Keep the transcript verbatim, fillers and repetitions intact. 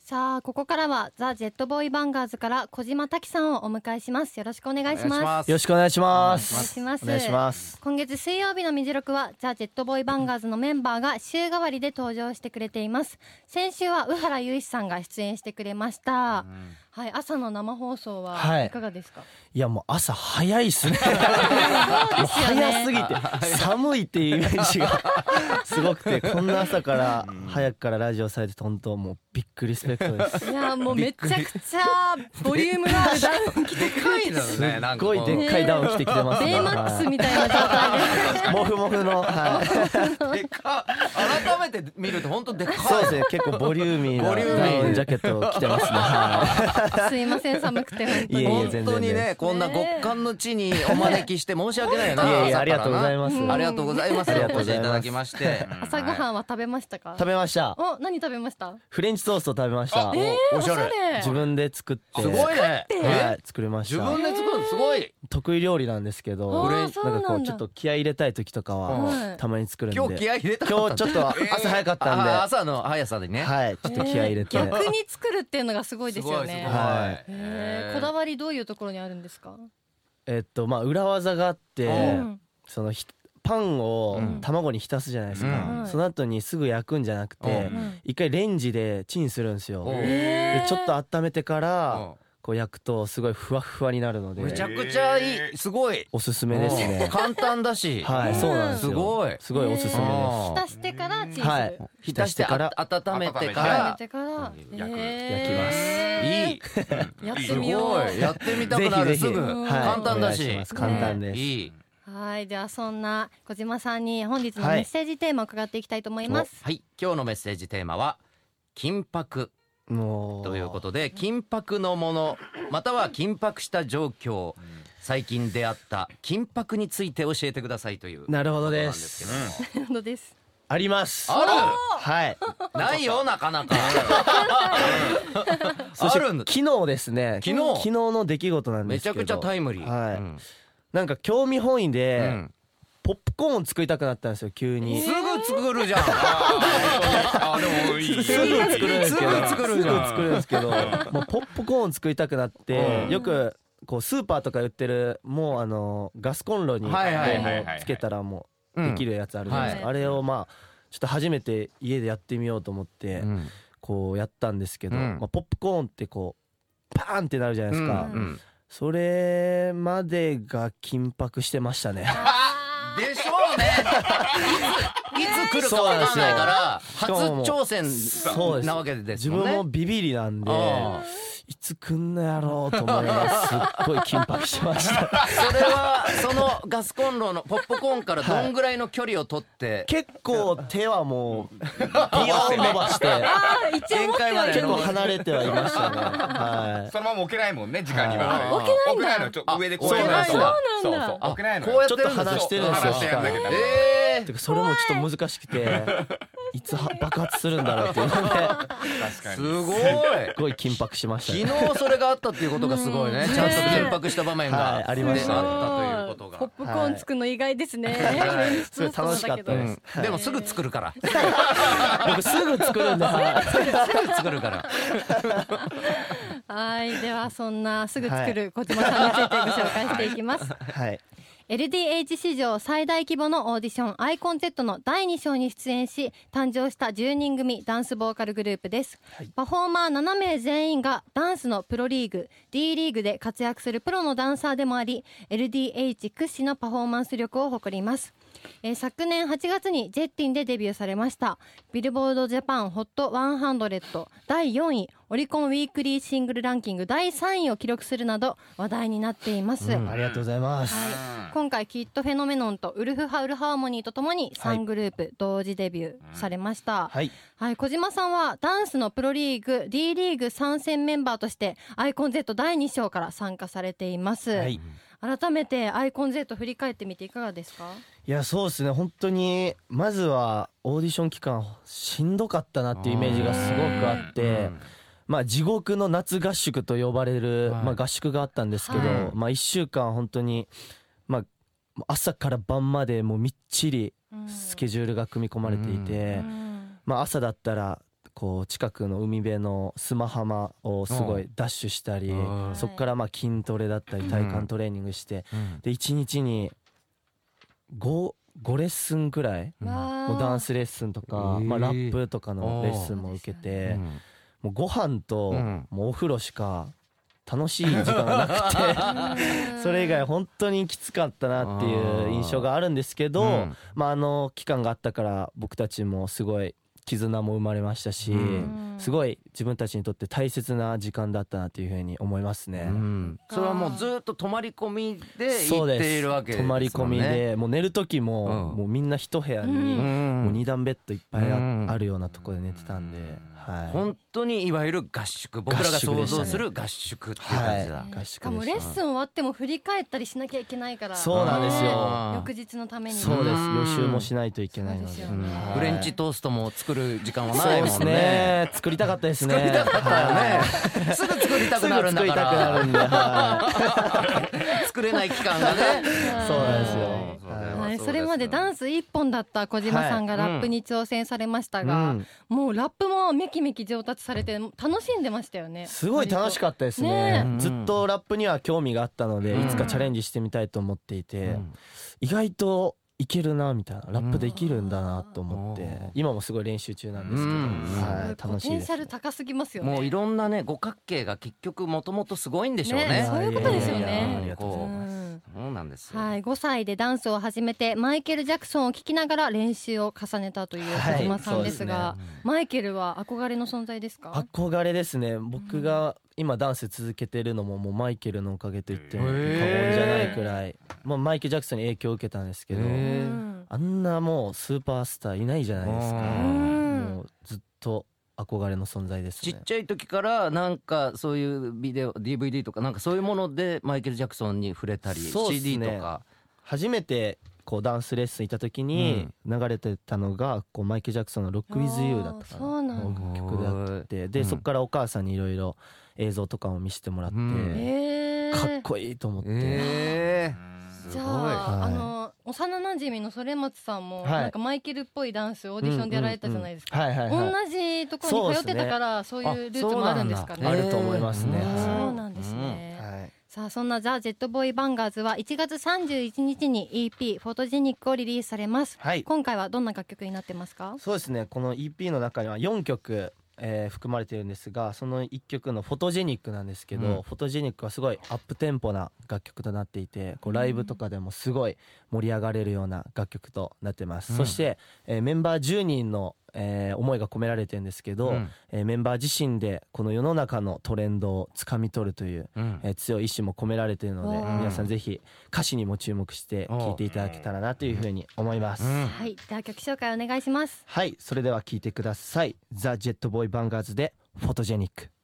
さあここからはザ・ジェットボーイバンガーズから小島滝さんをお迎えします。よろしくお願いします。 よろしくお願いします。 お願いします。 お願いします。 今月水曜日のみじろくはザ・ジェットボーイバンガーズのメンバーが週替わりで登場してくれています。先週は宇原雄一さんが出演してくれました、うんはい、朝の生放送はいかがですか？はい、 いやもう朝早いっすね。そうですよね。早すぎて寒いっていうイメージがすごくて、こんな朝から早くからラジオされて本当もうびっくりスペクトです。 いやもうめちゃくちゃボリュームのあるダウン着てでかいのね。 すっごいでっかいダウン着てきてますね。 ベイマックスみたいな状態でモフモフの、はい、 でか改めて見ると本当でかい。 そうですね、結構ボリューミーなダウンジャケットを着てますね。 はい、すいません寒くて本当に。 いえいえ全然本当にね、こんな極寒の地にお招きして申し訳ないよな。 いえいえありがとうございます。 ありがとうございます。お越しいただきまして。 朝ごはんは食べましたか？ 食べました。 お、何食べました？ フレンチトースト食べました。 えー、おしゃれ。 自分で作ってすごいね。 はい、作りました。 自分で作るのすごい。 得意料理なんですけど、なんかこうちょっと気合い入れたい時とかはたまに作るんで。 今日気合い入れた。 今日ちょっと朝早かったんで。 朝の速さでね。 はい、ちょっと気合い入れて。 逆に作るっていうのがすごいですよね。 はい。 こだわりどういうところにあるんですか？ えっとまあ裏技があって、そのパンを卵に浸すじゃないですか、うん、その後にすぐ焼くんじゃなくて、うん、一回レンジでチンするんですよ。でちょっと温めてからこう焼くとすごいふわふわになるので、 めちゃくちゃいい、すごいおすすめですね。 簡単だし、 はい、そうなんですよ。 すごいすごいおすすめです。 浸してからチンする、 はい、 浸してから温めてから焼きます。 いい、 やってみよう。 やってみたくなる。すぐ簡単だし、 簡単です。 いい。 はい、ではそんな小島さんに本日のメッセージテーマを伺っていきたいと思います。 はい、はい、今日のメッセージテーマは緊迫ということで、緊迫のものまたは緊迫した状況、最近出会った緊迫について教えてくださいという。 なるほどです。 なるほどです。 あります。 ある。 はい。 ないよなかなか。 そして昨日ですね。 昨日昨日の出来事なんですけど。 めちゃくちゃタイムリー。 はい。なんか興味本位でポップコーン作りたくなったんですよ、急に。 すぐ作るじゃん。 あでもいい。 すぐ作るんですけど。 すぐ作るじゃん。 作るんですけど、もうポップコーン作りたくなって、よくこうスーパーとか売ってるもうあのガスコンロにつけたらもうできるやつあるじゃないですか。あれをまあちょっと初めて家でやってみようと思ってこうやったんですけど、まあポップコーンってこうパーンってなるじゃないですか。それまでが緊迫してましたね。 でしょうね。いついつ来るかわかんないから初挑戦なわけですもんね。 自分もビビりなんで、いつ来んのやろうと思います。すっごい緊迫しました。 それはそのガスコンロのポップコーンからどんぐらいの距離を取って、はい、 結構手はもうビヨーン伸ばして限界まで結構離れてはいましたね。はい。 そのまま置けないもんね、時間には。 置けないんだ。 置けないの、ちょっと上でこうそうなんだ。そうそう置けないの。 こうやってちょっと離してるんですよ。 ええ。それもちょっと難しくて、いつ爆発するんだろうっていうので、 すごい。すごい緊迫しましたね。 昨日それがあったっていうことがすごいね。ちゃんと緊迫した場面がありました。 あったということが。 ポップコーン作るの意外ですね。 すごい楽しかったです。 でもすぐ作るから。 僕すぐ作るんだ。 すぐ作るから。 はい、ではそんなすぐ作る小島さんについてご紹介していきます。 はい。 エルディーエイチ 史上最大規模のオーディションアイコン Z のだいに章に出演し誕生したじゅうにん組ダンスボーカルグループです、はい、パフォーマーななめい全員がダンスのプロリーグ D リーグで活躍するプロのダンサーでもあり エルディーエイチ 屈指のパフォーマンス力を誇ります。えー、昨年はちがつにジェッティンでデビューされました。ビルボードジャパンホットひゃくだいよんい、オリコンウィークリーシングルランキングだいさんいを記録するなど話題になっています、 うん、ありがとうございます、 はい、今回キッドフェノメノンとウルフハウルハーモニーとともにさんグループ同時デビューされました、 はいはい、小島さんはダンスのプロリーグ D リーグ参戦メンバーとしてアイコン Z だいに章から参加されています、はい、改めてアイコン Z 振り返ってみていかがですか？ いやそうですね、本当にまずはオーディション期間しんどかったなっていうイメージがすごくあって、まあ地獄の夏合宿と呼ばれる、まあ、合宿があったんですけど、はい、まあいっしゅうかん本当に、まあ、朝から晩までもうみっちりスケジュールが組み込まれていて、まあ朝だったらこう近くの海辺の砂浜をすごいダッシュしたり、そこからまあ筋トレだったり体幹トレーニングして、でいちにちに 5, 5レッスンくらい、もうダンスレッスンとか、まあ、ラップとかのレッスンも受けて、もうご飯ともうお風呂しか楽しい時間がなくてそれ以外本当にきつかったなっていう印象があるんですけど、まああの期間があったから僕たちもすごい絆も生まれましたし、すごい自分たちにとって大切な時間だったなというふうに思いますね、うん、 それはもうずっと泊まり込みで行っているわけですもんね。 泊まり込みでもう寝る時も、うん、もうみんな一部屋にもう二段ベッドいっぱい あ,、うん、あるようなところで寝てたんで、はい、 本当にいわゆる合宿、僕らが想像する合宿っていう感じだ、 はい、合宿でしかもレッスン終わっても振り返ったりしなきゃいけないから。 そうなんですよ、 翌日のために。 そうです、予習もしないといけないの で, で、ね、 はい、フレンチトーストも作る時間はないもんね。 そうですね、作りたかったですね。 作りたかったよねすぐ作りたくなるんだから。すぐ作りたくなるんで、はい、作れない期間がねそうなんですよ。 はい、それまでダンス一本だった小島さんがラップに挑戦されましたが、はい、うん、もうラップもめきめき上達されて楽しんでましたよね。 すごい楽しかったですね。ずっとラップには興味があったので、いつかチャレンジしてみたいと思っていて、うん、意外といけるなみたいな、ラップできるんだなと思って、うん、今もすごい練習中なんですけど、うん、はい、楽しいです。 ポテンシャル高すぎますよね。 もういろんなね五角形が結局もともとすごいんでしょうね。 ね、そういうことですよね。 ありがとうございます。 そうなんですよ。 はい、ごさいでダンスを始めてマイケル・ジャクソンを聴きながら練習を重ねたという小島さんですが、はい、ですね、マイケルは憧れの存在ですか？ 憧れですね。僕が今ダンス続けてるのももうマイケルのおかげと言っても過言じゃないくらい、まあ、マイケル・ジャクソンに影響を受けたんですけど、あんなもうスーパースターいないじゃないですか。もうずっと憧れの存在ですね。 ちっちゃい時からなんかそういうビデオ ディーブイディー とかなんかそういうものでマイケル・ジャクソンに触れたり、ね、シーディー とか初めてこうダンスレッスン行った時に流れてたのがこうマイケル・ジャクソンの Rock with You だったかなの曲であって、で、うん、そこからお母さんにいろいろ映像とかも見せてもらって、うん、かっこいいと思って、えー、じゃあ、はい、あの幼馴染の反松さんもなんかマイケルっぽいダンスオーディションでやられたじゃないですか。同じところに通ってたからそういうルーツもあるんですかね。 あると思いますね。 そうなんですね。はい、さあそんなザ・ジェットボーイ・バンガーズはいちがつさんじゅういちにちに イーピー フォトジェニックをリリースされます、はい、今回はどんな楽曲になってますか？ そうですね、この イーピー の中にはよんきょく、えー、含まれているんですが、そのいっきょくのフォトジェニックなんですけど、うん、フォトジェニックはすごいアップテンポな楽曲となっていて、こうライブとかでもすごい盛り上がれるような楽曲となってます、うん、そして、えー、メンバーじゅうにんのえー、思いが込められてるんですけど、うん、えー、メンバー自身でこの世の中のトレンドをつかみ取るという、うん、えー、強い意志も込められているので、皆さんぜひ歌詞にも注目して聴いていただけたらなというふうに思います、うん、 はい、では曲紹介お願いします。 はい、それでは聴いてください。ザ・ジェットボーイ・バンガーズでフォトジェニック。